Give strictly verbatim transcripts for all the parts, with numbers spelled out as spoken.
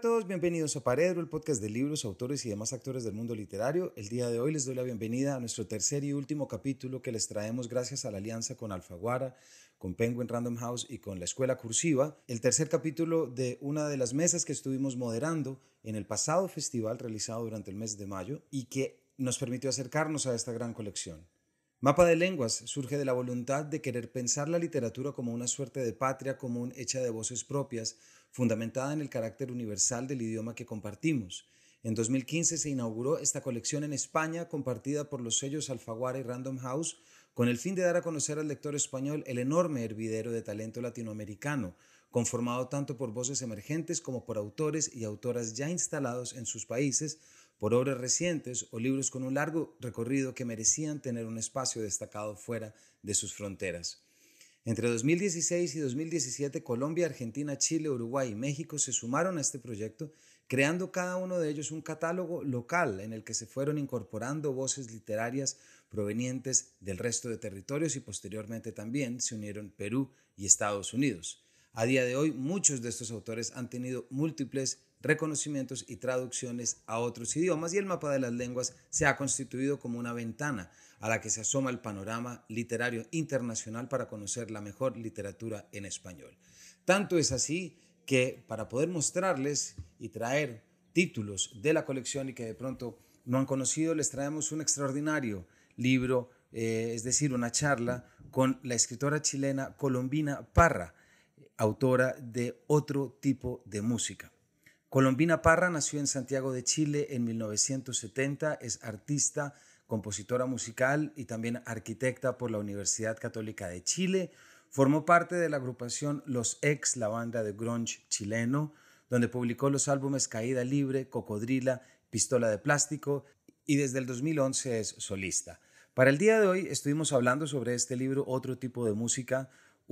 todos, bienvenidos a Paredro, el podcast de libros, autores y demás actores del mundo literario. El día de hoy les doy la bienvenida a nuestro tercer y último capítulo que les traemos gracias a la alianza con Alfaguara, con Penguin Random House y con la Escuela Cursiva. El tercer capítulo de una de las mesas que estuvimos moderando en el pasado festival realizado durante el mes de mayo y que nos permitió acercarnos a esta gran colección. Mapa de Lenguas surge de la voluntad de querer pensar la literatura como una suerte de patria común hecha de voces propias, fundamentada en el carácter universal del idioma que compartimos. En dos mil quince se inauguró esta colección en España, compartida por los sellos Alfaguara y Random House, con el fin de dar a conocer al lector español el enorme hervidero de talento latinoamericano, conformado tanto por voces emergentes como por autores y autoras ya instalados en sus países, por obras recientes o libros con un largo recorrido que merecían tener un espacio destacado fuera de sus fronteras. Entre dos mil dieciséis y dos mil diecisiete, Colombia, Argentina, Chile, Uruguay y México se sumaron a este proyecto, creando cada uno de ellos un catálogo local en el que se fueron incorporando voces literarias provenientes del resto de territorios y posteriormente también se unieron Perú y Estados Unidos. A día de hoy, muchos de estos autores han tenido múltiples reconocimientos y traducciones a otros idiomas y el mapa de las lenguas se ha constituido como una ventana a la que se asoma el panorama literario internacional para conocer la mejor literatura en español. Tanto es así que para poder mostrarles y traer títulos de la colección y que de pronto no han conocido, les traemos un extraordinario libro, eh, es decir, una charla con la escritora chilena Colombina Parra, autora de Otro tipo de música. Colombina Parra nació en Santiago de Chile en mil novecientos setenta, es artista, compositora musical y también arquitecta por la Universidad Católica de Chile. Formó parte de la agrupación Los Ex, la banda de grunge chileno, donde publicó los álbumes Caída Libre, Cocodrila, Pistola de Plástico y desde el dos mil once es solista. Para el día de hoy estuvimos hablando sobre este libro, Otro tipo de música,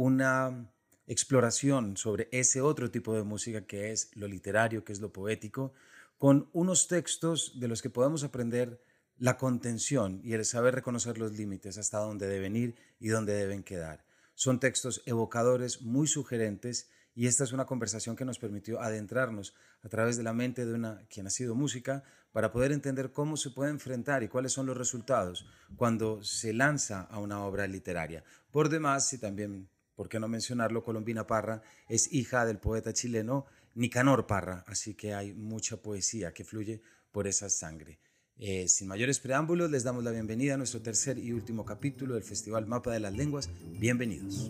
una exploración sobre ese otro tipo de música que es lo literario, que es lo poético, con unos textos de los que podemos aprender la contención y el saber reconocer los límites, hasta dónde deben ir y dónde deben quedar. Son textos evocadores, muy sugerentes, y esta es una conversación que nos permitió adentrarnos a través de la mente de una quien ha sido música para poder entender cómo se puede enfrentar y cuáles son los resultados cuando se lanza a una obra literaria. Por demás, y también, ¿por qué no mencionarlo? Colombina Parra es hija del poeta chileno Nicanor Parra, así que hay mucha poesía que fluye por esa sangre. Eh, sin mayores preámbulos, les damos la bienvenida a nuestro tercer y último capítulo del Festival Mapa de las Lenguas. Bienvenidos.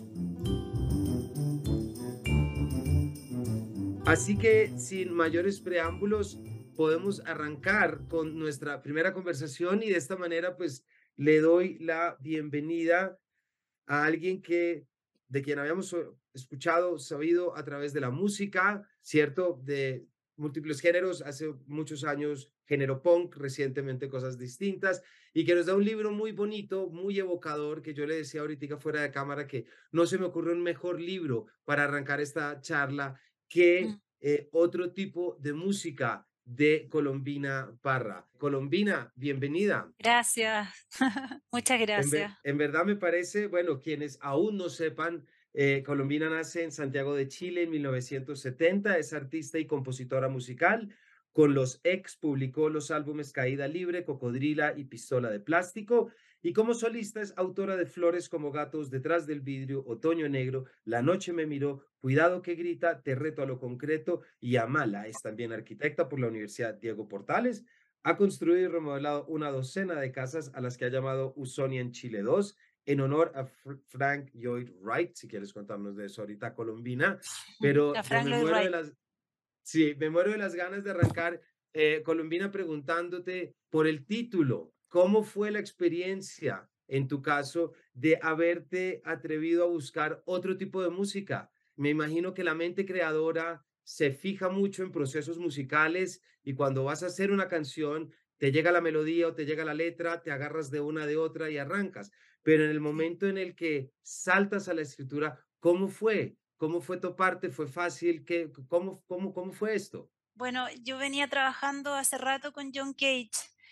Así que, sin mayores preámbulos, podemos arrancar con nuestra primera conversación y de esta manera, pues, le doy la bienvenida a alguien que, de quien habíamos o- escuchado, sabido a través de la música, ¿cierto? De múltiples géneros, hace muchos años género punk, recientemente cosas distintas, y que nos da un libro muy bonito, muy evocador, que yo le decía ahorita fuera de cámara que no se me ocurre un mejor libro para arrancar esta charla Mm, que eh, Otro tipo de música de Colombina Parra. Colombina, bienvenida. gracias, muchas En, ver- gracias. en verdad me parece, bueno, quienes aún no sepan, eh, Colombina nace en Santiago de Chile en mil novecientos setenta, es artista y compositora musical. Con los ex publicó los álbumes Caída Libre, Cocodrila y Pistola de Plástico. Y como solista es autora de Flores como gatos, Detrás del vidrio, Otoño negro, La noche me miró, Cuidado que grita, Te reto a lo concreto y Amala. Es también arquitecta por la Universidad Diego Portales. Ha construido y remodelado una docena de casas a las que ha llamado Usonian Chile dos en honor a Fr- Frank Lloyd Wright, si quieres contarnos de eso ahorita, Colombina, pero A yo Frank me Lloyd muero de Wright. las, sí, me muero de las ganas de arrancar, eh, Colombina, preguntándote por el título. ¿Cómo fue la experiencia, en tu caso, de haberte atrevido a buscar otro tipo de música? Me imagino que la mente creadora se fija mucho en procesos musicales y cuando vas a hacer una canción, te llega la melodía o te llega la letra, te agarras de una de otra y arrancas. Pero en el Sí. momento en el que saltas a la escritura, ¿cómo fue? ¿Cómo fue tu parte? ¿Fue fácil? ¿Qué, cómo, cómo, cómo fue esto? Bueno, yo venía trabajando hace rato con John Cage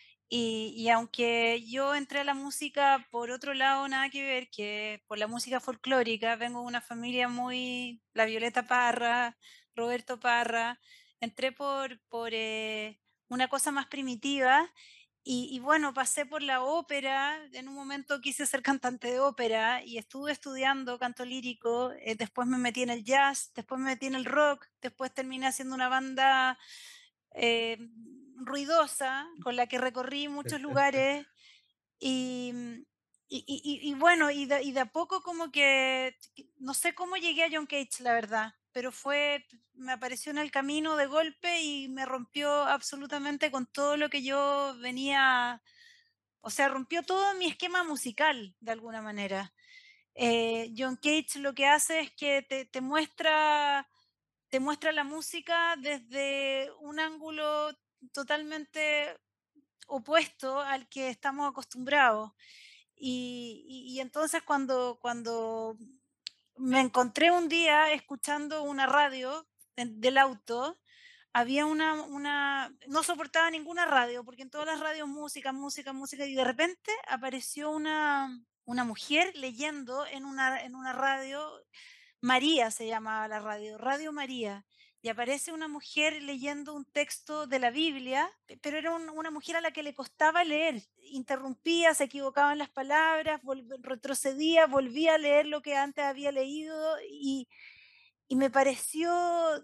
y, y aunque yo entré a la música por otro lado, nada que ver, que por la música folclórica, vengo de una familia muy, la Violeta Parra, Roberto Parra, entré por, por eh, una cosa más primitiva y, y bueno, pasé por la ópera, en un momento quise ser cantante de ópera y estuve estudiando canto lírico, eh, después me metí en el jazz, después me metí en el rock, después terminé haciendo una banda eh, ruidosa con la que recorrí muchos lugares y, mm, y, y- y- y bueno, y de, y de a poco como que, que- no sé cómo llegué a John Cage, la verdad, pero fue, me apareció en el camino de golpe y me rompió absolutamente con todo lo que yo venía, o sea, rompió todo mi esquema musical de alguna manera. Eh, John Cage lo que hace es que te, te muestra, te muestra la música desde un ángulo totalmente opuesto al que estamos acostumbrados. Y, y- y entonces cuando, cuando me encontré un día escuchando una radio en- del auto, había una, una, no soportaba ninguna radio, porque en todas las radios música, música, música, y de repente apareció una, una mujer leyendo en una, en una radio, María se llamaba la radio, Radio María, y aparece una mujer leyendo un texto de la Biblia, pe- pero era un- una mujer a la que le costaba leer, interrumpía, se equivocaba en las palabras, vol- retrocedía, volvía a leer lo que antes había leído y, y me pareció,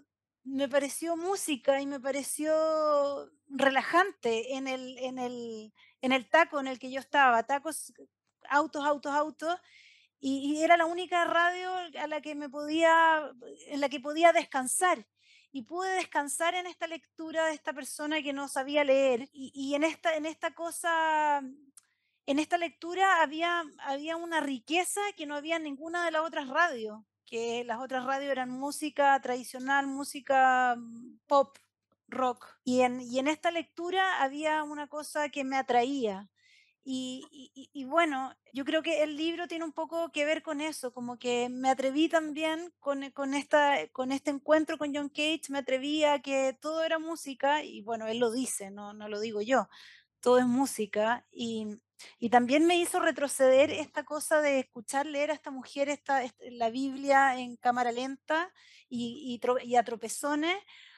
me pareció música y me pareció relajante en el, en el, en el taco en el que yo estaba, tacos, autos, autos, autos, y, y era la única radio a la que me podía, en la que podía descansar. Y pude descansar en esta lectura de esta persona que no sabía leer. Y, y en, esta, en esta cosa, en esta lectura había, había una riqueza que no había en ninguna de las otras radios, que las otras radios eran música tradicional, música mm, pop, rock. Y en, y en esta lectura había una cosa que me atraía. Y, y- y bueno, yo creo que el libro tiene un poco que ver con eso, como que me atreví también con, con, esta, con este encuentro con John Cage, me atreví a que todo era música, y bueno, él lo dice, no, no lo digo yo, todo es música, y, y también me hizo retroceder esta cosa de escuchar leer a esta mujer esta, este, la Biblia en cámara lenta y, y, tro- y a tropezones,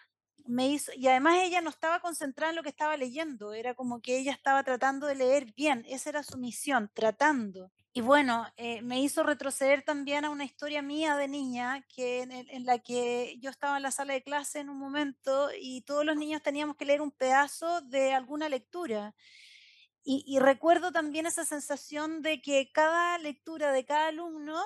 me hizo, y además ella no estaba concentrada en lo que estaba leyendo, era como que ella estaba tratando de leer bien, esa era su misión, tratando. Y bueno, eh, me hizo retroceder también a una historia mía de niña, que en, el- en la que yo estaba en la sala de clase en un momento y todos los niños teníamos que leer un pedazo de alguna lectura. Y, y recuerdo también esa sensación de que cada lectura de cada alumno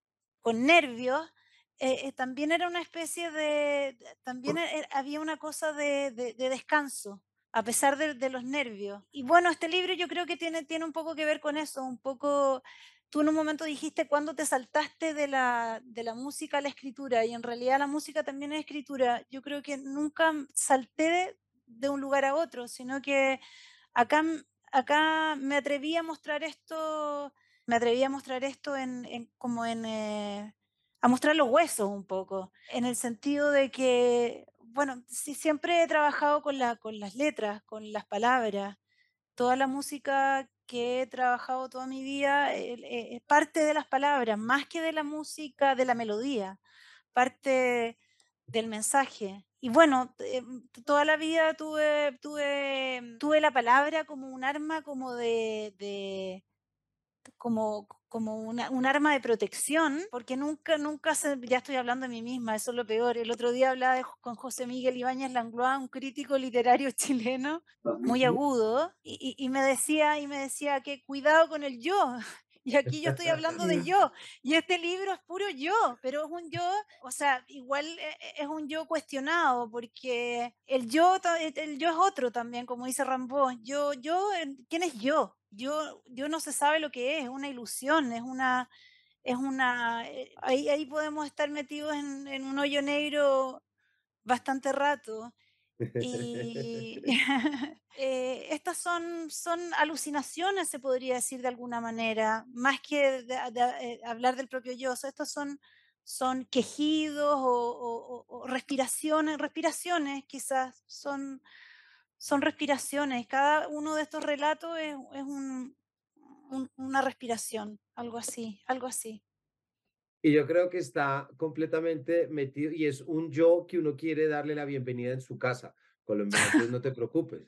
con nervios, eh, eh, también era una especie de, de- también e- e- había una cosa de, de- de descanso, a pesar de, de los nervios. Y bueno, este libro yo creo que tiene, tiene un poco que ver con eso, un poco, tú en un momento dijiste cuándo te saltaste de la, de la música a la escritura, y en realidad la música también es escritura. Yo creo que nunca salté de, de un lugar a otro, sino que acá, m- acá me atreví a mostrar esto me atreví a mostrar esto en, en- como en, eh, a mostrar los huesos un poco, en el sentido de que, bueno, sí, siempre he trabajado con la, con las letras, con las palabras, toda la música que he trabajado toda mi vida eh, eh, es parte de las palabras, más que de la música, de la melodía, parte del mensaje. Y bueno, eh, toda la vida tuve, tuve, tuve la palabra como un arma como de, de como, como una, un arma de protección, porque nunca, nunca se, ya estoy hablando de mí misma, eso es lo peor. El otro día hablaba de- con José Miguel Ibáñez Langlois, un crítico literario chileno, muy agudo, y, y- y me decía, y me decía que cuidado con el yo. Y aquí yo estoy hablando de yo, y este libro es puro yo, pero es un yo, o sea, igual e- e- es un yo cuestionado, porque el yo, ta- el yo es otro también, como dice Rambo. Yo, yo, eh, ¿quién es yo? Yo, yo no se sabe lo que es, es una ilusión, es una, es una, eh, ahí, ahí podemos estar metidos en, en un hoyo negro bastante rato. Y eh, estas son, son alucinaciones, se podría decir de alguna manera, más que de- de- eh, hablar del propio yo. O sea, estos son, son quejidos o, o- o- o respiraciones, respiraciones quizás, son, son respiraciones. Cada uno de estos relatos es, es un- un- una respiración, algo así, algo así. Y yo creo que está completamente metido y es un yo que uno quiere darle la bienvenida en su casa, Colombina, entonces no te preocupes.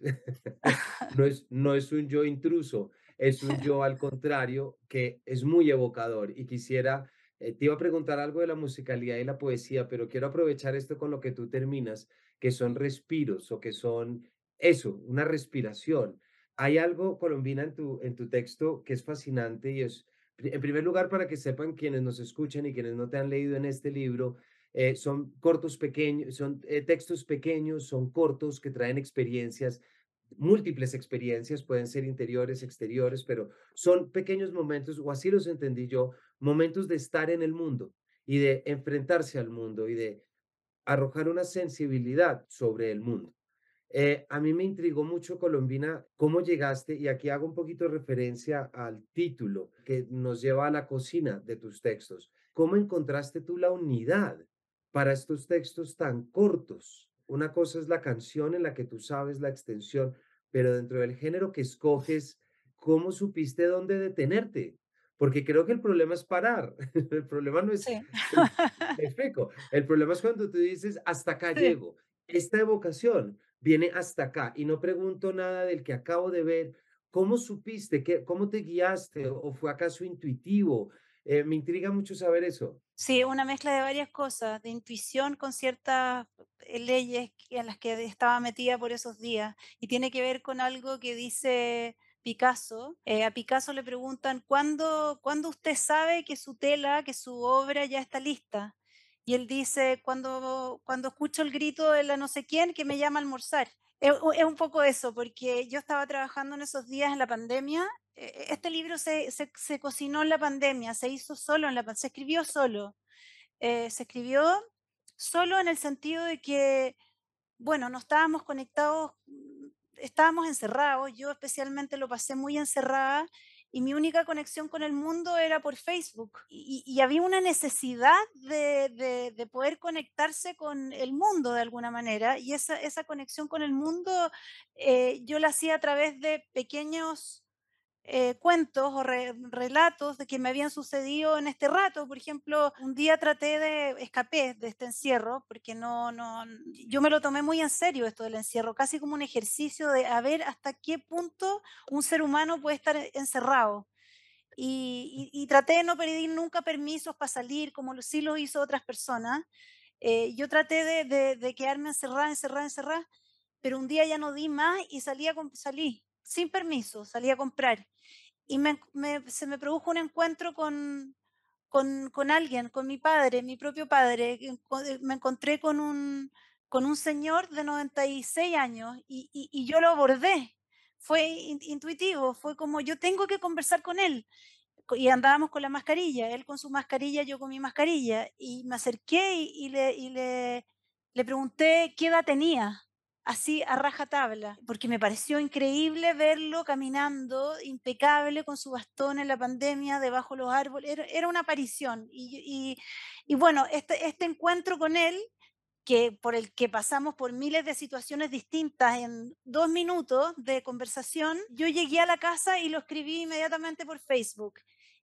No es, no es un yo intruso, es un yo al contrario que es muy evocador y quisiera, eh, te iba a preguntar algo de la musicalidad y la poesía, pero quiero aprovechar esto con lo que tú terminas, que son respiros o que son eso, una respiración. Hay algo, Colombina, en tu, en tu texto que es fascinante y es Pri- En primer lugar, para que sepan quienes nos escuchan y quienes no te han leído en este libro, eh, son cortos pequeños, son eh, textos pequeños, son cortos que traen experiencias, múltiples experiencias, pueden ser interiores, exteriores, pero son pequeños momentos, o así los entendí yo, momentos de estar en el mundo y de enfrentarse al mundo y de arrojar una sensibilidad sobre el mundo. Eh, a mí me intrigó mucho, Colombina, cómo llegaste, y aquí hago un poquito de referencia al título que nos lleva a la cocina de tus textos. ¿Cómo encontraste tú la unidad para estos textos tan cortos? Una cosa es la canción en la que tú sabes la extensión, pero dentro del género que escoges, ¿cómo supiste dónde detenerte? Porque creo que el problema es parar. El problema no es, Sí. el, me explico, el problema es cuando tú dices, hasta acá Sí. llego. Esta evocación viene hasta acá y no pregunto nada del que acabo de ver. ¿Cómo supiste? ¿Qué, cómo te guiaste? ¿O fue acaso intuitivo? Eh, me intriga mucho saber eso. Sí, una mezcla de varias cosas, de intuición con ciertas eh, leyes que- en las que estaba metida por esos días. Y tiene que ver con algo que dice Picasso. Eh, a Picasso le preguntan, ¿cuándo, ¿cuándo usted sabe que su tela, que su obra ya está lista? Y él dice, cuando, cuando escucho el grito de la no sé quién que me llama a almorzar. Es, u- es un poco eso, porque yo estaba trabajando en esos días en la pandemia. Eh, Este libro se, se, se cocinó en la pandemia, se hizo solo en la pandemia, se escribió solo. Eh, se escribió solo en el sentido de que, bueno, no estábamos conectados, mm, estábamos encerrados, yo especialmente lo pasé muy encerrada y mi única conexión con el mundo era por Facebook y, y había una necesidad de, de- de poder conectarse con el mundo de alguna manera y esa, esa conexión con el mundo eh, yo la hacía a través de pequeños eh, cuentos o re- relatos de que me habían sucedido en este rato. Por ejemplo, un día traté de, escapé de este encierro, porque no, no, yo me lo tomé muy en serio esto del encierro, casi como un ejercicio de a ver hasta qué punto un ser humano puede estar encerrado. Y, y- y traté de no pedir nunca permisos para salir, como lo, sí lo hizo otras personas. Eh, yo traté de, de- de quedarme encerrada, encerrada, encerrada, pero un día ya no di más y salí, a com- salí sin permiso, salí a comprar y me, me- se me produjo un encuentro con, con, con alguien, con mi padre, mi propio padre. enco- eh, Me encontré con un, con un señor de noventa y seis años y, y- y yo lo abordé. Fue in- intuitivo, fue como yo tengo que conversar con él. Co- Y andábamos con la mascarilla, él con su mascarilla, yo con mi mascarilla. Y me acerqué y, y le, y le, le pregunté qué edad tenía, así a rajatabla, porque me pareció increíble verlo caminando impecable con su bastón en la pandemia, debajo de los árboles. Era, era una aparición. Y, y, y bueno, este, este encuentro con él que por el que pasamos por miles de situaciones distintas en dos minutos de conversación, yo llegué a la casa y lo escribí inmediatamente por Facebook.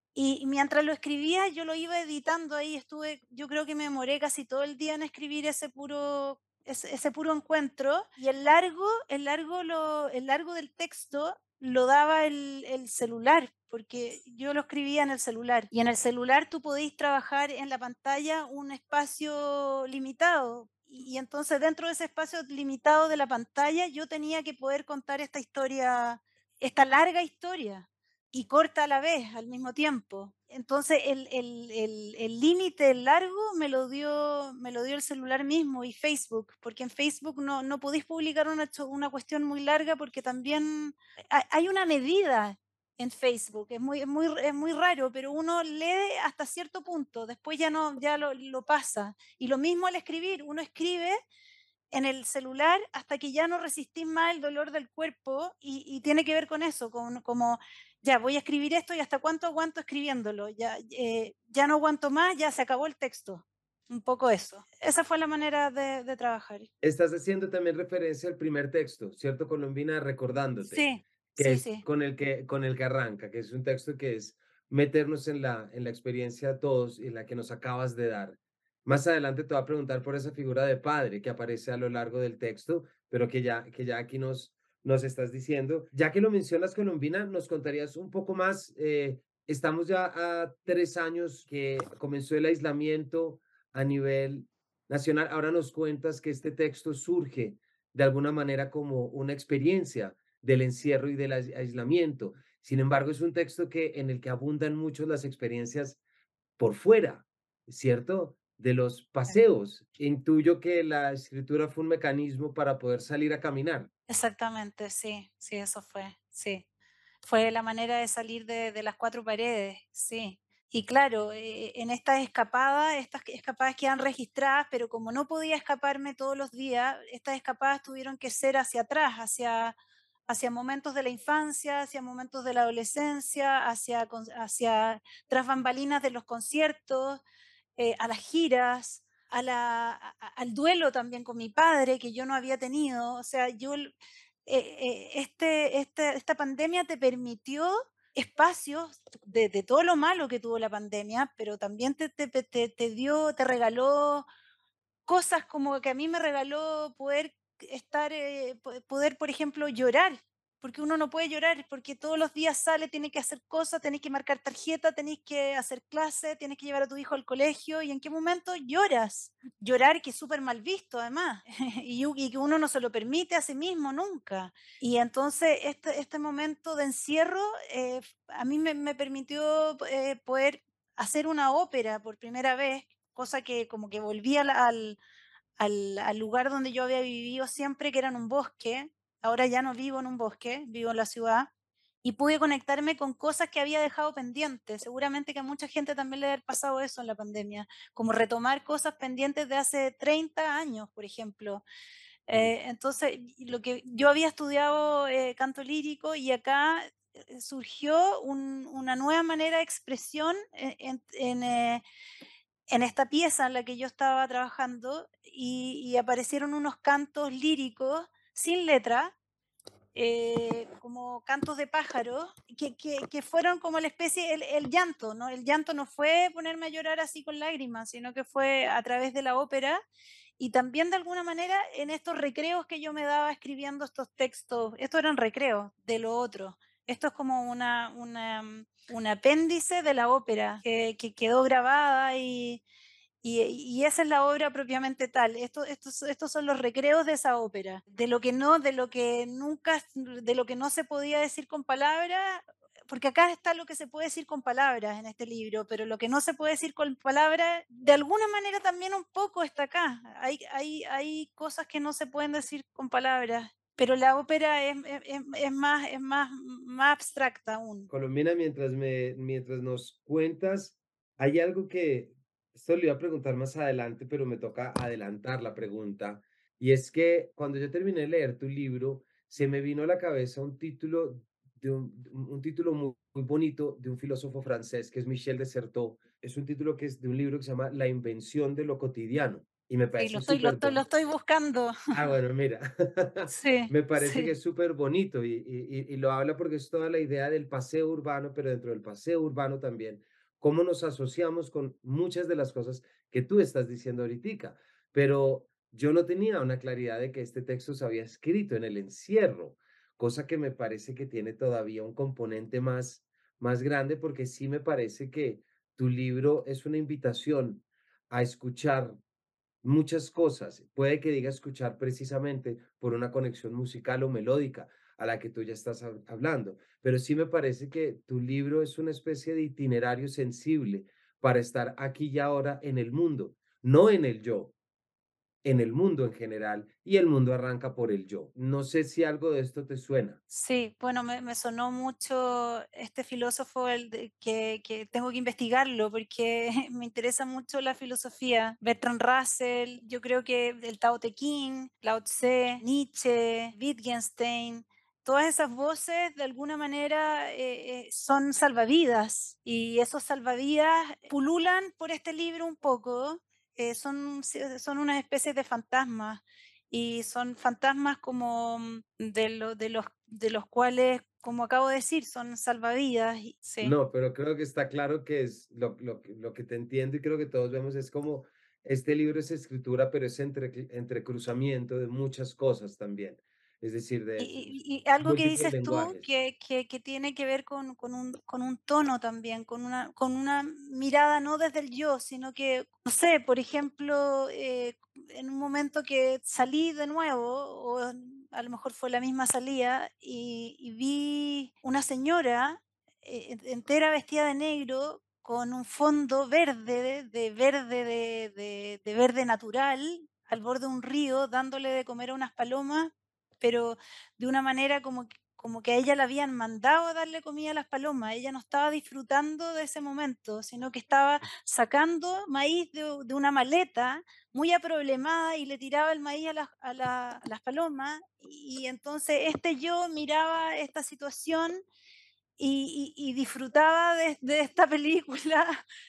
Y mientras lo escribía, yo lo iba editando ahí, estuve, yo creo que me demoré casi todo el día en escribir ese puro, ese, ese puro encuentro. Y el largo, el largo, lo, el largo del texto lo daba el, el celular, porque yo lo escribía en el celular. Y en el celular tú podéis trabajar en la pantalla un espacio limitado. Y, y entonces dentro de ese espacio limitado de la pantalla yo tenía que poder contar esta historia, esta larga historia y corta a la vez, al mismo tiempo. Entonces el, el, el, el límite largo me lo, dio, me lo dio el celular mismo y Facebook, porque en Facebook no, no podéis publicar una, cho- una cuestión muy larga porque también hay, hay una medida en Facebook, es muy, es, muy, es muy raro, pero uno lee hasta cierto punto, después ya, no, ya lo, lo pasa. Y lo mismo al escribir, uno escribe en el celular hasta que ya no resistís más el dolor del cuerpo y, y tiene que ver con eso, con como, ya voy a escribir esto y hasta cuánto aguanto escribiéndolo, ya, eh, ya no aguanto más, ya se acabó el texto. Un poco eso. Esa fue la manera de, de trabajar. Estás haciendo también referencia al primer texto, ¿cierto, Colombina? Recordándote, Sí, que sí, es sí. con el que, con el que arranca, que es un texto que es meternos en la, en la experiencia de todos y la que nos acabas de dar. Más adelante te voy a preguntar por esa figura de padre que aparece a lo largo del texto, pero que ya, que ya aquí nos, nos estás diciendo. Ya que lo mencionas, Colombina, ¿nos contarías un poco más? Eh, estamos ya a tres años que comenzó el aislamiento a nivel nacional. Ahora nos cuentas que este texto surge de alguna manera como una experiencia del encierro y del ais- aislamiento. Sin embargo, es un texto que, en el que abundan mucho las experiencias por fuera, ¿cierto? De los paseos. Intuyo que la escritura fue un mecanismo para poder salir a caminar. Exactamente, sí, sí, eso fue, sí. Fue la manera de salir de, de las cuatro paredes, sí. Y claro, eh, en estas escapadas, estas que- escapadas quedan registradas, pero como no podía escaparme todos los días, estas escapadas tuvieron que ser hacia atrás, hacia, hacia momentos de la infancia, hacia momentos de la adolescencia, hacia, con- hacia tras bambalinas de los conciertos, eh, a las giras, a la, a- a- al duelo también con mi padre, que yo no había tenido. O sea, yo, el- eh, eh, este, este- esta pandemia te permitió espacios de, de todo lo malo que tuvo la pandemia, pero también te, te, te, te dio, te regaló cosas como que a mí me regaló poder estar, eh, po- poder, por ejemplo, llorar, porque uno no puede llorar, porque todos los días sale, tiene que hacer cosas, tenés que marcar tarjeta, tenés que hacer clase, tienes que llevar a tu hijo al colegio, y en qué momento lloras. Llorar que es súper mal visto además, y, u- y que uno no se lo permite a sí mismo nunca. Y entonces este, este momento de encierro eh, a mí me, me permitió eh, poder hacer una ópera por primera vez, cosa que como que volví al, al, al- al lugar donde yo había vivido siempre, que era en un bosque. Ahora ya no vivo en un bosque, vivo en la ciudad. Y pude conectarme con cosas que había dejado pendientes. Seguramente que a mucha gente también le ha pasado eso en la pandemia, como retomar cosas pendientes de hace treinta años, por ejemplo. Sí. Eh, entonces, y lo que yo había estudiado eh, canto lírico y acá eh, surgió un- una nueva manera de expresión en, en- en, eh, en esta pieza en la que yo estaba trabajando y, y aparecieron unos cantos líricos sin letra, eh, como cantos de pájaros, que, que, que fueron como la especie, el, el llanto, ¿no? El llanto no fue ponerme a llorar así con lágrimas, sino que fue a través de la ópera y también de alguna manera en estos recreos que yo me daba escribiendo estos textos, estos eran recreos de lo otro. Esto es como una, una, mm, un apéndice de la ópera que, que quedó grabada y, y, y esa es la obra propiamente tal. Esto, estos, estos son los recreos de esa ópera. De lo que no, de lo que nunca, de lo que no se podía decir con palabras, porque acá está lo que se puede decir con palabras en este libro, pero lo que no se puede decir con palabras, de alguna manera también un poco está acá. Hay, hay, hay cosas que no se pueden decir con palabras, pero la ópera es, es, es- es más, es más, más abstracta aún. Colombina, mientras, me, mientras nos cuentas, hay algo que, esto lo iba a preguntar más adelante, pero me toca adelantar la pregunta, y es que cuando yo terminé de leer tu libro, se me vino a la cabeza un título, de un, un título muy, muy bonito de un filósofo francés que es Michel de Certeau. Es un título que es de un libro que se llama La invención de lo cotidiano, y me Sí, lo parece estoy, lo súper estoy, lo bonito. estoy buscando. Ah, bueno, mira, Sí, me parece que sí. es súper bonito y, y, y y lo habla porque es toda la idea del paseo urbano, pero dentro del paseo urbano también, cómo nos asociamos con muchas de las cosas que tú estás diciendo ahorita. Pero yo no tenía una claridad de que este texto se había escrito en el encierro, cosa que me parece que tiene todavía un componente más, más grande porque sí me parece que tu libro es una invitación a escuchar muchas cosas. Puede que diga escuchar precisamente por una conexión musical o melódica a la que tú ya estás hab- hablando, pero sí me parece que tu libro es una especie de itinerario sensible para estar aquí y ahora en el mundo, no en el yo, en el mundo en general, y el mundo arranca por el yo. No sé si algo de esto te suena. Sí, bueno, me, me sonó mucho este filósofo el de- que, que tengo que investigarlo porque me interesa mucho la filosofía. Bertrand Russell, yo creo que el Tao Te Ching, Lao Tse, Nietzsche, Wittgenstein, todas esas voces de alguna manera eh, eh, son salvavidas y esos salvavidas pululan por este libro un poco, eh, son, son unas especies de fantasmas y son fantasmas como mm, de, lo- de, los, de los cuales, como acabo de decir, son salvavidas. Y, sí. No, pero creo que está claro que es lo, lo, que lo que te entiendo y creo que todos vemos es como este libro es escritura, pero es entre, entrecruzamiento de muchas cosas también, es decir, Y, de y- y algo que múltiples dices tú lenguajes. que, que, que tiene que ver con, con un, con un tono también, con una, con una mirada no desde el yo, sino que, no sé, por ejemplo, eh, en un momento que salí de nuevo, o a lo mejor fue la misma salida, y, y vi una señora eh, entera vestida de negro con un fondo verde, de, de verde, de, de de verde natural, al borde de un río, dándole de comer a unas palomas, pero de una manera como que como que a ella la habían mandado a darle comida a las palomas. Ella no estaba disfrutando de ese momento, sino que estaba sacando maíz de, de una maleta muy aproblemada y le tiraba el maíz a las, a la- a las palomas. Y, y entonces este yo miraba esta situación y, y- y disfrutaba de, de esta película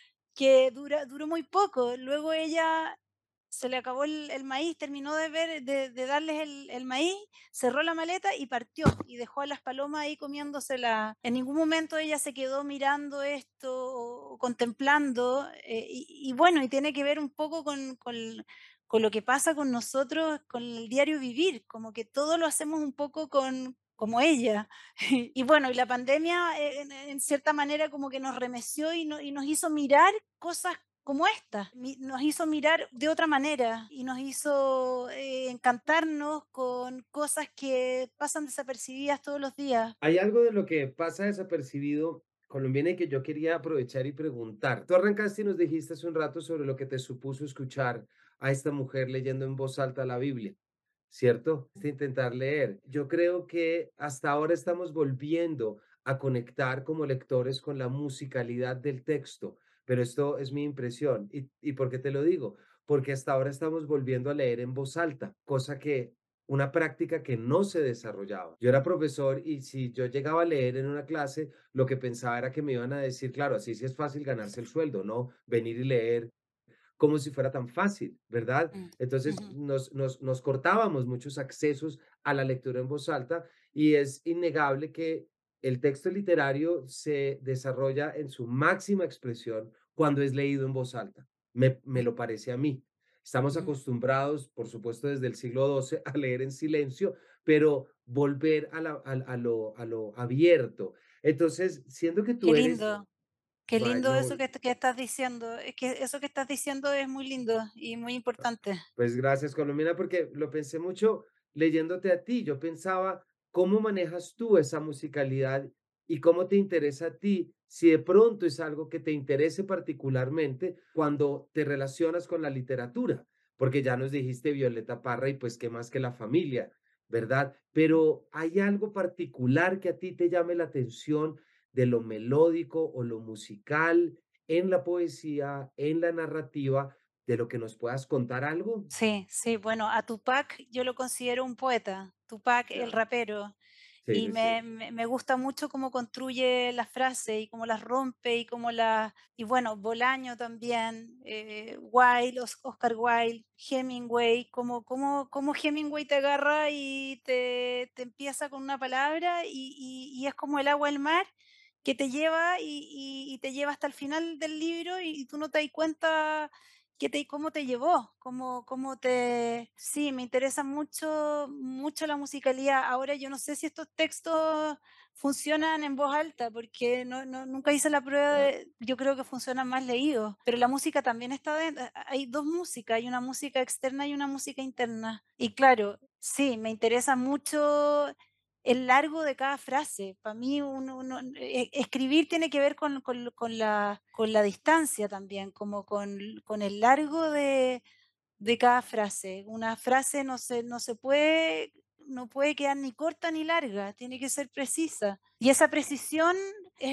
que dura, duró muy poco. Luego ella se le acabó el, el maíz, terminó de ver, de, de darles el, el maíz, cerró la maleta y partió y dejó a las palomas ahí comiéndosela. En ningún momento ella se quedó mirando esto o contemplando. Eh, y, y bueno, y tiene que ver un poco con, con, con lo que pasa con nosotros, con el diario vivir, como que todo lo hacemos un poco con como ella. Y bueno, y la pandemia eh, en, en cierta manera como que nos remeció y, no- y nos hizo mirar cosas como esta, mi- nos hizo mirar de otra manera y nos hizo eh, encantarnos con cosas que pasan desapercibidas todos los días. Hay algo de lo que pasa desapercibido, colombiana, y que yo quería aprovechar y preguntar. Tú arrancaste y nos dijiste hace un rato sobre lo que te supuso escuchar a esta mujer leyendo en voz alta la Biblia, ¿cierto? De intentar leer. Yo creo que hasta ahora estamos volviendo a conectar como lectores con la musicalidad del texto, pero esto es mi impresión. ¿Y, y por qué te lo digo? Porque hasta ahora estamos volviendo a leer en voz alta, cosa que una práctica que no se desarrollaba. Yo era profesor y si yo llegaba a leer en una clase, lo que pensaba era que me iban a decir, claro, así sí es fácil ganarse el sueldo, ¿no? Venir y leer como si fuera tan fácil, ¿verdad? Mm, Entonces ujú. nos, nos, nos cortábamos muchos accesos a la lectura en voz alta y es innegable que el texto literario se desarrolla en su máxima expresión cuando es leído en voz alta. Me, me lo parece a mí. Estamos Ujú. acostumbrados, por supuesto, desde el siglo doce a leer en silencio, pero volver a, la- a- a lo, a lo abierto. Entonces, siendo que Qué tú eres, lindo, qué va, lindo no, eso que, est- que estás diciendo. Es que eso que estás diciendo es muy lindo y muy importante. pues gracias, Colomina, porque lo pensé mucho leyéndote a ti. Yo pensaba, ¿cómo manejas tú esa musicalidad y cómo te interesa a ti? Si de pronto es algo que te interese particularmente cuando te relacionas con la literatura, porque ya nos dijiste Violeta Parra y pues qué más que la familia, ¿verdad? Pero ¿hay algo particular que a ti te llame la atención de lo melódico o lo musical en la poesía, en la narrativa? ¿De lo que nos puedas contar algo? Sí, sí, bueno, a Tupac yo lo considero un poeta, Tupac el Ya. rapero, Sí, y sí, me, sí. me, me gusta mucho cómo construye las frases y cómo las rompe y cómo las, y bueno, Bolaño también, eh, Wilde, Os- Oscar Wilde, Hemingway, cómo, cómo, cómo Hemingway te agarra y te, te empieza con una palabra y, y, y es como el agua al mar que te lleva y, y- y te lleva hasta el final del libro y, y tú no te das cuenta ¿qué te cómo te llevó? ¿Cómo cómo te? Sí, me interesa mucho mucho la musicalidad. Ahora yo no sé si estos textos funcionan en voz alta, porque no no nunca hice la prueba Ya. de yo creo que funcionan más leídos, pero la música también está dentro. Hay dos músicas, hay una música externa y una música interna. Y claro, sí, me interesa mucho el largo de cada frase. Para mí uno uno e escribir tiene que ver con con con la con la distancia también, como con con el largo de de cada frase. Una frase no se no se puede no puede quedar ni corta ni larga, tiene que ser precisa. Y esa precisión es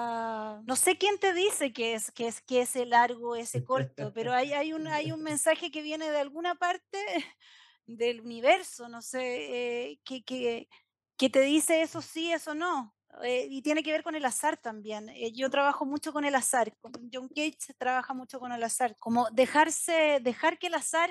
la no sé quién te dice que es que es que ese largo, ese corto, pero hay hay un hay un mensaje que viene de alguna parte del universo, no sé, eh, que que que te dice eso sí, eso no. Eh, y tiene que ver con el azar también. Eh, yo trabajo mucho con el azar. Con John Cage se trabaja mucho con el azar. Como dejarse, dejar que el azar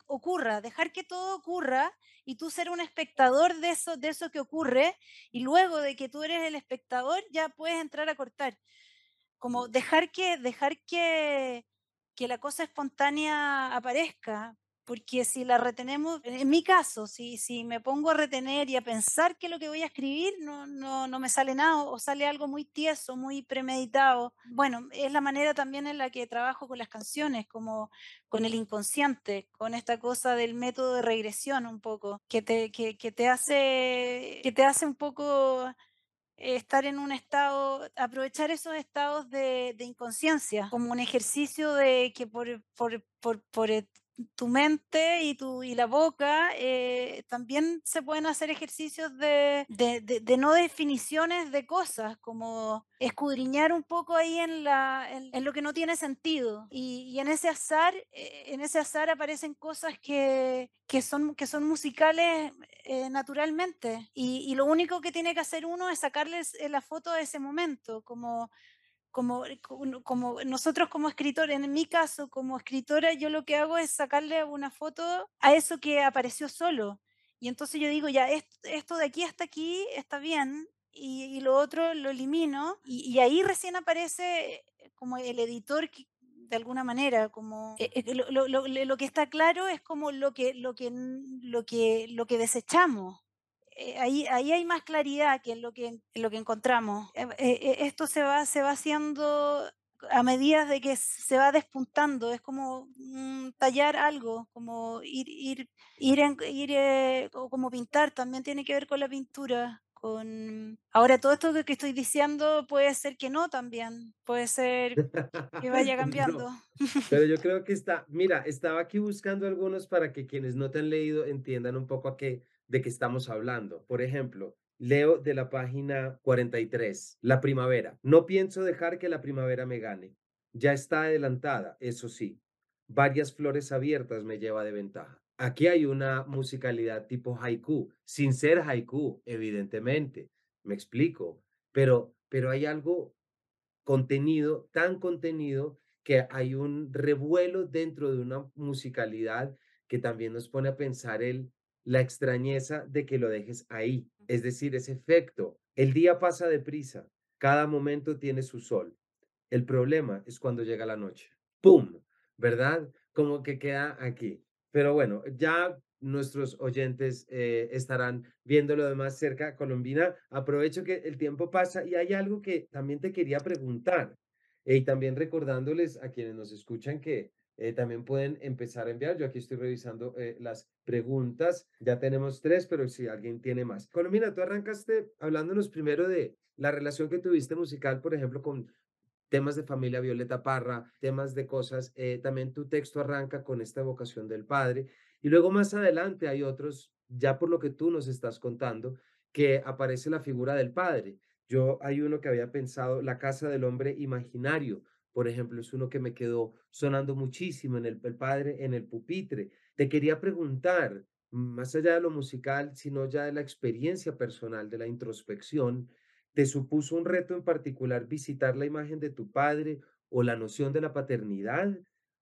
ocurra, dejar que todo ocurra y tú ser un espectador de eso, de eso que ocurre, y luego de que tú eres el espectador ya puedes entrar a cortar. Como dejar que, dejar que, que la cosa espontánea aparezca, porque si la retenemos, en mi caso, si, si me pongo a retener y a pensar que lo que voy a escribir no, no, no me sale nada o sale algo muy tieso, muy premeditado. Bueno, es la manera también en la que trabajo con las canciones, como con el inconsciente, con esta cosa del método de regresión un poco, que te, que, que te hace, que te hace un poco eh, estar en un estado, aprovechar esos estados de, de inconsciencia, como un ejercicio de que por, por, por, por eh, tu mente y, tu, y la boca eh, también se pueden hacer ejercicios de, de, de, de no definiciones de cosas, como escudriñar un poco ahí en, la, en, en lo que no tiene sentido. Y, y en ese azar, eh, en ese azar aparecen cosas que, que, son, que son musicales eh, naturalmente. Y, y lo único que tiene que hacer uno es sacarles eh, la foto de ese momento, como como, como como nosotros como escritores, en mi caso como escritora, yo lo que hago es sacarle una foto a eso que apareció solo. Y entonces yo digo, ya, esto, esto de aquí hasta aquí está bien, y, y lo otro lo elimino, y, y ahí recién aparece eh, como el editor que- de alguna manera, como eh, eh, lo, lo- lo- lo que está claro es como lo que, lo que, lo que, lo que desechamos. Eh, ahí, ahí hay más claridad que en lo que, en lo que encontramos. Eh, eh, eh, esto se va, se va haciendo a medida de que se va despuntando, es como mm, tallar algo, como ir, ir, ir, en- ir eh, o como pintar, también tiene que ver con la pintura. Con... Ahora, todo esto que que estoy diciendo puede ser que no también, puede ser que vaya cambiando. No, pero yo creo que está, mira, estaba aquí buscando algunos para que quienes no te han leído entiendan un poco a qué, de qué estamos hablando. Por ejemplo, leo de la página cuarenta y tres, La primavera. No pienso dejar que la primavera me gane. Ya está adelantada, eso sí. Varias flores abiertas me lleva de ventaja. Aquí hay una musicalidad tipo haiku, sin ser haiku, evidentemente. Me explico, pero, pero hay algo contenido, tan contenido que hay un revuelo dentro de una musicalidad que también nos pone a pensar el, la extrañeza de que lo dejes ahí, es decir, ese efecto. El día pasa deprisa, cada momento tiene su sol. El problema es cuando llega la noche. ¡Pum! ¿Verdad? Como que queda aquí. Pero bueno, ya nuestros oyentes eh, estarán viéndolo de más cerca. Colombina, aprovecho que el tiempo pasa y hay algo que también te quería preguntar. Eh, y también recordándoles a quienes nos escuchan que eh, también pueden empezar a enviar. Yo aquí estoy revisando eh, las preguntas. Ya tenemos tres, pero si alguien tiene más. Colombina, tú arrancaste hablándonos primero de la relación que tuviste musical, por ejemplo, con temas de familia Violeta Parra, temas de cosas. Eh, también tu texto arranca con esta evocación del padre. Y luego más adelante hay otros, ya por lo que tú nos estás contando, que aparece la figura del padre. Yo hay uno que había pensado, La casa del hombre imaginario, por ejemplo, es uno que me quedó sonando muchísimo en el, el padre en el pupitre. Te quería preguntar, más allá de lo musical, sino ya de la experiencia personal, de la introspección, ¿te supuso un reto en particular visitar la imagen de tu padre o la noción de la paternidad?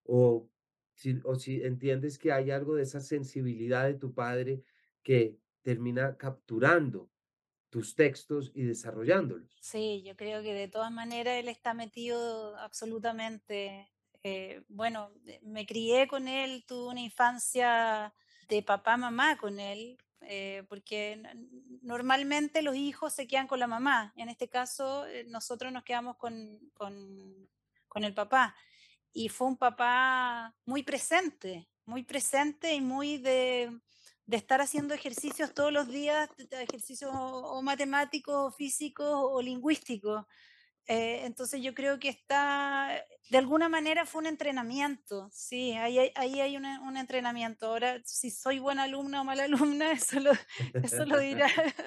¿O si, o si entiendes que hay algo de esa sensibilidad de tu padre que termina capturando tus textos y desarrollándolos? Sí, yo creo que de todas maneras él está metido absolutamente. Eh, bueno, de- me crié con él, tuve una infancia de papá, mamá con él, eh, porque n- normalmente los hijos se quedan con la mamá. En este caso, eh, nosotros nos quedamos con, con, con el papá. Y fue un papá muy presente, muy presente y muy de, de estar haciendo ejercicios todos los días, de- de ejercicios o, o matemáticos, o físicos o lingüísticos. Eh, entonces yo creo que está, de alguna manera fue un entrenamiento, sí, ahí hay, ahí hay un, un entrenamiento. Ahora, si soy buena alumna o mala alumna, eso lo, eso lo dirá.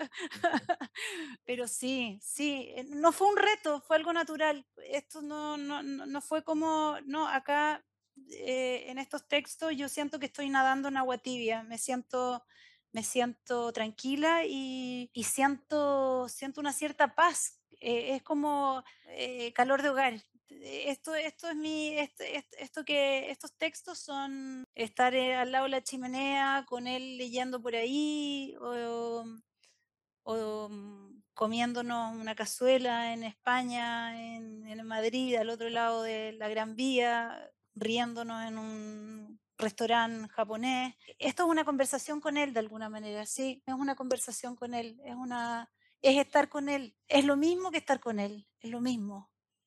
Pero sí, sí, eh, no fue un reto, fue algo natural. Esto no, no, no, no fue como, no, acá eh, en estos textos yo siento que estoy nadando en agua tibia, me siento, me siento tranquila y, y siento, siento una cierta paz. Eh, es como eh, calor de hogar. esto, esto es mi, este- est- esto, que, estos textos son estar eh, al lado de la chimenea con él leyendo por ahí o, o, mm, comiéndonos una cazuela en España, en, en Madrid, al otro lado de la Gran Vía, riéndonos en un restaurante japonés. Esto es una conversación con él de alguna manera, sí, es una conversación con él, es una, es estar con él, es lo mismo que estar con él, es lo mismo.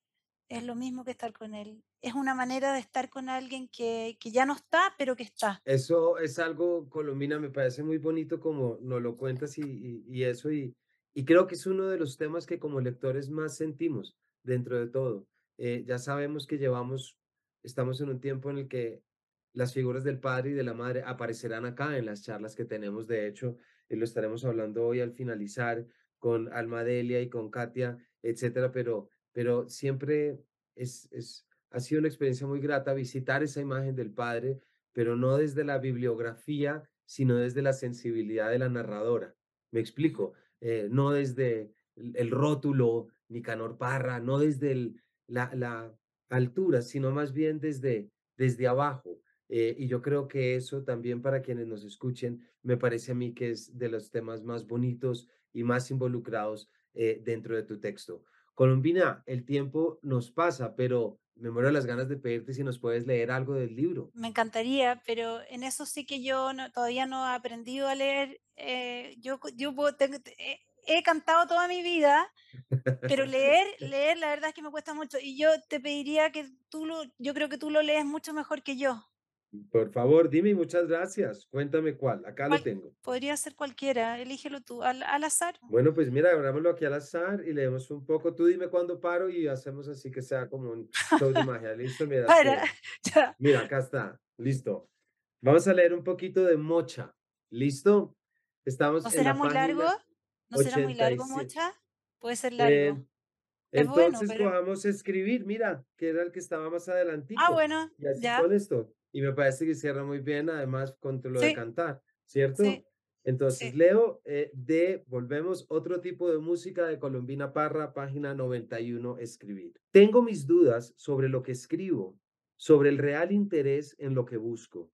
Es lo mismo que estar con él. Es una manera de estar con alguien que, que ya no está, pero que está. Eso es algo, Colombina, me parece muy bonito como nos lo cuentas y, y, y eso, y, y creo que es uno de los temas que como lectores más sentimos dentro de todo. Eh, ya sabemos que llevamos, estamos en un tiempo en el que las figuras del padre y de la madre aparecerán acá en las charlas que tenemos, de hecho, y lo estaremos hablando hoy al finalizar con Alma Delia y con Katia, etcétera, pero, pero siempre es, es, ha sido una experiencia muy grata visitar esa imagen del padre, pero no desde la bibliografía, sino desde la sensibilidad de la narradora. Me Ujú. explico, eh, no desde el, el rótulo, Nicanor Parra, no desde el- la, la altura, sino más bien desde, desde abajo. Eh, y yo creo que eso también para quienes nos escuchen, me parece a mí que es de los temas más bonitos y más involucrados eh, dentro de tu texto. Colombina, el tiempo nos pasa, pero me muero de las ganas de pedirte si nos puedes leer algo del libro. Me encantaría, pero en eso sí que yo no- todavía no he aprendido a leer. eh, yo co- yo puedo- tengo- te- he, he cantado toda mi vida, pero leer, leer, la verdad es que me cuesta mucho. Y yo te pediría que tú lo, yo creo que tú lo lees mucho mejor que yo. Por favor, dime y muchas gracias. Cuéntame cuál. Acá lo ¿Cuál? tengo. Podría ser cualquiera, elígelo tú, al, al azar. Bueno, pues mira, abrámoslo aquí al azar y leemos un poco. Tú dime cuándo paro y hacemos así que sea como un show de magia. Listo, mira Para, que, ya. mira, acá está. Listo. Vamos a leer un poquito de Mocha. ¿Listo? ¿No Estamos en será la muy largo? página ¿No será muy ochenta y largo, siete. Mocha? Puede ser Eh, largo. Es bueno, entonces pero... cojamos escribir, mira, que era el que estaba más Ah, adelantico. bueno, Y así ya. con esto. Y me parece que cierra muy bien, además, con lo de Sí, cantar, ¿cierto? sí, Entonces sí. leo eh, de, volvemos, otro tipo de música de Colombina Parra, página noventa y uno, escribir. Tengo mis dudas sobre lo que escribo, sobre el real interés en lo que busco.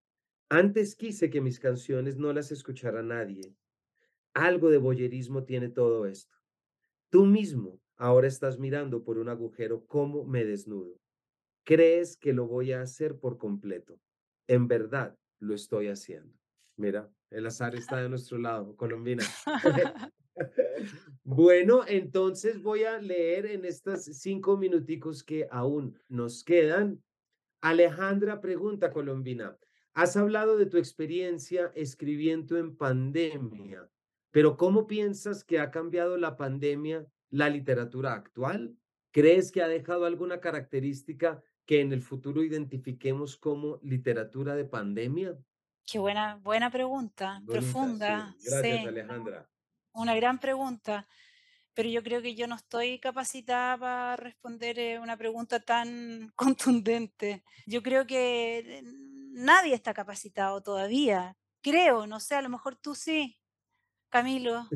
Antes quise que mis canciones no las escuchara nadie. Algo de boyerismo tiene todo esto. Tú mismo ahora estás mirando por un agujero cómo me desnudo. Crees que lo voy a hacer por completo. En verdad lo estoy haciendo. Mira, el azar está de nuestro lado, Colombina. Bueno, entonces voy a leer en estos cinco minuticos que aún nos quedan. Alejandra pregunta, Colombina, has hablado de tu experiencia escribiendo en pandemia, pero ¿cómo piensas que ha cambiado la pandemia la literatura actual? ¿Crees que ha dejado alguna característica que en el futuro identifiquemos como literatura de pandemia? Qué buena, buena pregunta, Bonita, sí. profunda, Gracias, sí, Alejandra. una gran pregunta, pero yo creo que yo no estoy capacitada para responder eh, una pregunta tan contundente. Yo creo que eh, nadie está capacitado todavía, creo, no sé, a lo mejor tú sí, Camilo,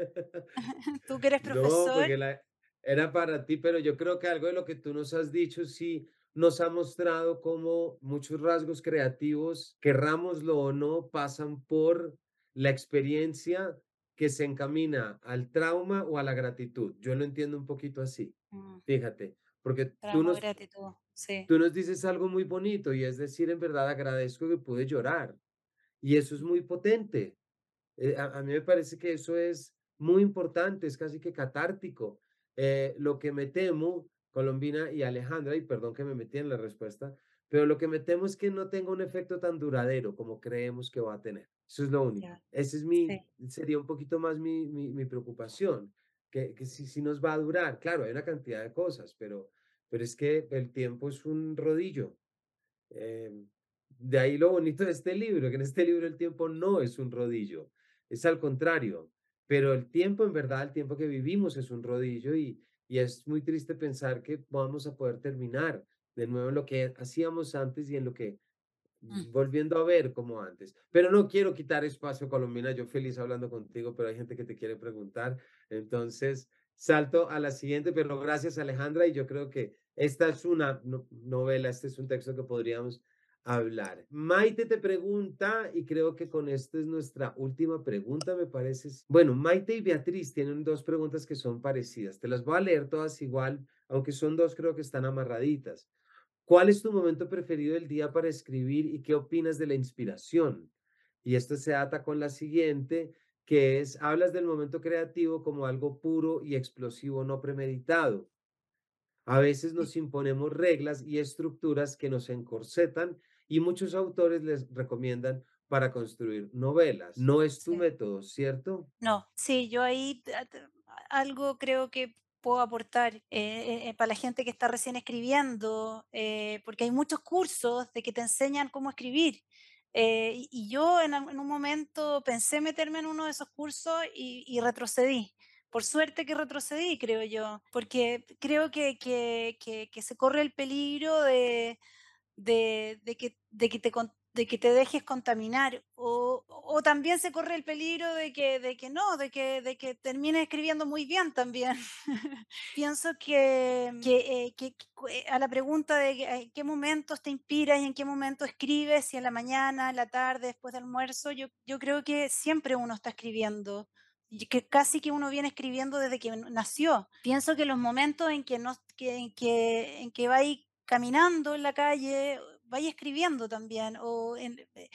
tú que eres No, profesor. porque la, era para ti, pero yo creo que algo de lo que tú nos has dicho sí nos ha mostrado cómo muchos rasgos creativos, querrámoslo o no, pasan por la experiencia que se encamina al trauma o a la gratitud. Yo lo entiendo un poquito así, Mm, fíjate, porque tú tramo, nos, gratitud, sí. tú nos dices algo muy bonito y es decir, en verdad agradezco que pude llorar y eso es muy potente. Eh, a, a mí me parece que eso es muy importante, es casi que catártico. Eh, lo que me temo, Colombina y Alejandra, y perdón que me metí en la respuesta, pero lo que me temo es que no tenga un efecto tan duradero como creemos que va a tener. Eso es lo único. Ya, Ese es mi, sí. sería un poquito más mi, mi, mi preocupación, que, que si, si nos va a durar. Claro, hay una cantidad de cosas, pero, pero es que el tiempo es un rodillo. Em, de ahí lo bonito de este libro, que en este libro el tiempo no es un rodillo, es al contrario, pero el tiempo, en verdad, el tiempo que vivimos es un rodillo y, y es muy triste pensar que vamos a poder terminar de nuevo en lo que hacíamos antes y en lo que Mm. volviendo a ver como antes. Pero no quiero quitar espacio, Colombina, yo feliz hablando contigo, pero hay gente que te quiere preguntar, entonces salto a la siguiente, pero gracias Alejandra, y yo creo que esta es una no- novela, este es un texto que podríamos hablar. Maite te pregunta, y creo que con esta es nuestra última pregunta, me parece. Bueno, Maite y Beatriz tienen dos preguntas que son parecidas. Te las voy a leer todas igual, aunque son dos, creo que están amarraditas. ¿Cuál es tu momento preferido del día para escribir y qué opinas de la inspiración? Y esto se ata con la siguiente, que es, hablas del momento creativo como algo puro y explosivo, no premeditado. A veces nos imponemos reglas y estructuras que nos encorsetan y muchos autores les recomiendan para construir novelas. No es tu Sí. método, ¿cierto? No, sí, yo ahí t- a- t- algo creo que puedo aportar eh, eh, eh, para la gente que está recién escribiendo, eh, porque hay muchos cursos de que te enseñan cómo escribir. Eh, y, y yo en, al- en un momento pensé meterme en uno de esos cursos y, y retrocedí. Por suerte que retrocedí, creo yo, porque creo que, que, que, que se corre el peligro de, de que, de que te, con- de que te dejes contaminar o, o también se corre el peligro de que, de que no, de que, de que termines escribiendo muy bien también. Pienso que, que, eh, que- que cu- eh, a la pregunta de que, eh, en qué momentos te inspiras y en qué momento escribes, si en la mañana, en la tarde, después del almuerzo, yo, yo creo que siempre uno está escribiendo. Y que casi que uno viene escribiendo desde que nació. Pienso que los momentos en que, no, que, en que, en que va caminando en la calle, vaya escribiendo también, o en, eh,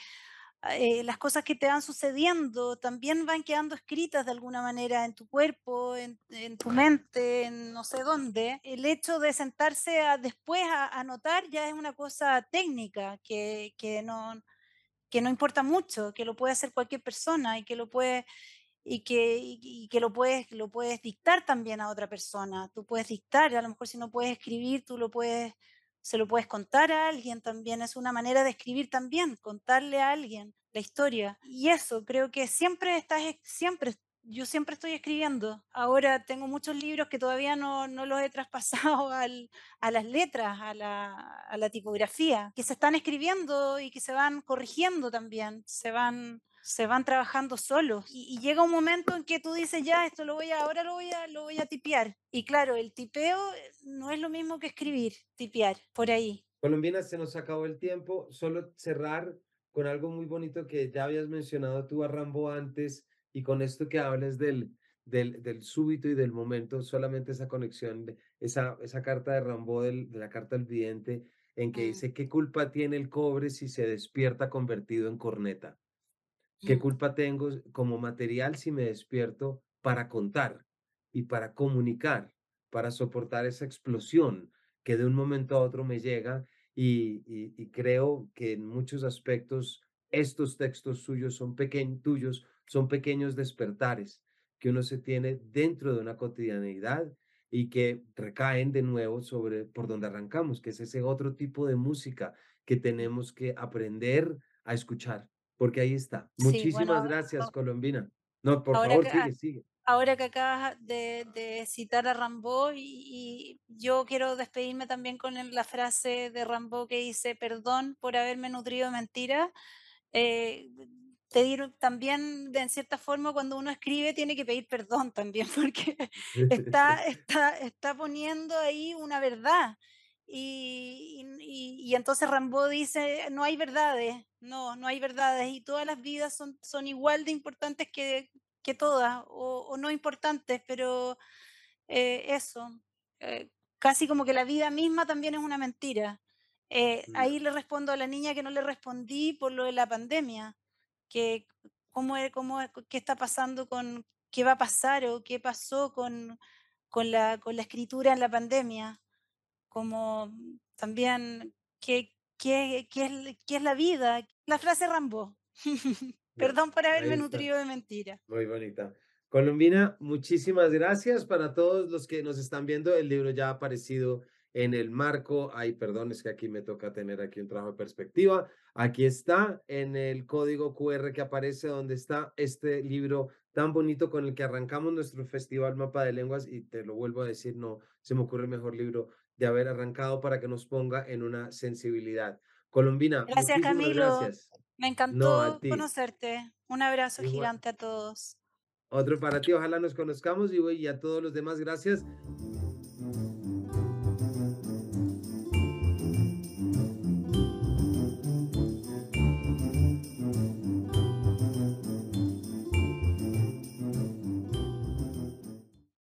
eh, las cosas que te van sucediendo también van quedando escritas de alguna manera en tu cuerpo, en, en tu mente, en no sé dónde. El hecho de sentarse a, después a, a anotar ya es una cosa técnica que, que, no, que no importa mucho, que lo puede hacer cualquier persona y que lo puede y que, y, y que lo, puedes, lo puedes dictar también a otra persona. Tú puedes dictar, a lo mejor si no puedes escribir, tú lo puedes, se lo puedes contar a alguien también. Es una manera de escribir también, contarle a alguien la historia. Y eso, creo que siempre estás, siempre, yo siempre estoy escribiendo. Ahora tengo muchos libros que todavía no, no los he traspasado al, a las letras, a la, a la tipografía, que se están escribiendo y que se van corrigiendo también, se van se van trabajando solos y, y llega un momento en que tú dices, ya, esto lo voy a, ahora lo voy a, lo voy a tipear. Y claro, el tipeo eh, no es lo mismo que escribir, tipear, por ahí. Colombina, se nos acabó el tiempo. Solo cerrar con algo muy bonito que ya habías mencionado tú a Rambo antes y con esto que hables del, del, del súbito y del momento, solamente esa conexión, de- esa, esa carta de Rambo, del, de la carta del vidente, en que Mm, dice, ¿qué culpa tiene el cobre si se despierta convertido en corneta? ¿Qué mm, culpa tengo como material si me despierto para contar y para comunicar, para soportar esa explosión que de un momento a otro me llega? Y, y- y creo que en muchos aspectos estos textos suyos son pequeños, tuyos, son pequeños despertares que uno se tiene dentro de una cotidianeidad y que recaen de nuevo sobre por donde arrancamos, que es ese otro tipo de música que mm. tenemos que aprender a escuchar. Porque ahí está. Sí, bueno, Muchísimas gracias, Colombina. No, por ahora favor, que, sigue, sigue. ahora que acabas de, de citar a Rambo, y, y yo quiero despedirme también con el- la frase de Rambo que dice, perdón por haberme nutrido de mentiras. Eh, pedir también, de en cierta forma, cuando uno escribe, tiene que pedir perdón también, porque está, está, está poniendo ahí una verdad. Y, y, y entonces Rambo dice, no hay verdades, no, no hay verdades, y todas las vidas son, son igual de importantes que, que todas, o, o no importantes, pero eh, eso, eh, casi como que la vida misma también es una mentira. Eh, ahí No, le respondo a la niña que no le respondí por lo de la pandemia, que cómo, es- cómo, es- qué está pasando con, qué va a pasar o qué pasó con, con la, con la escritura en la pandemia, como también qué, qué, qué es, qué es la vida, la frase Rambo. no, Perdón por ahí haberme está. nutrido de mentira. Muy bonita. Colombina, muchísimas gracias para todos los que nos están viendo. El libro ya ha aparecido en el marco. Ay, perdón, es que aquí me toca tener aquí un trabajo de perspectiva. Aquí está en el código Q R que aparece donde está este libro tan bonito con el que arrancamos nuestro festival Mapa de Lenguas y te lo vuelvo a decir, no se me ocurre mejor libro de haber arrancado para que nos ponga en una sensibilidad. Colombina, Gracias, muchísimas Camilo. gracias. Me No, a encantó ti. conocerte. Un abrazo Igual, gigante a todos. Otro para ti, ojalá nos conozcamos y, y a todos los demás, gracias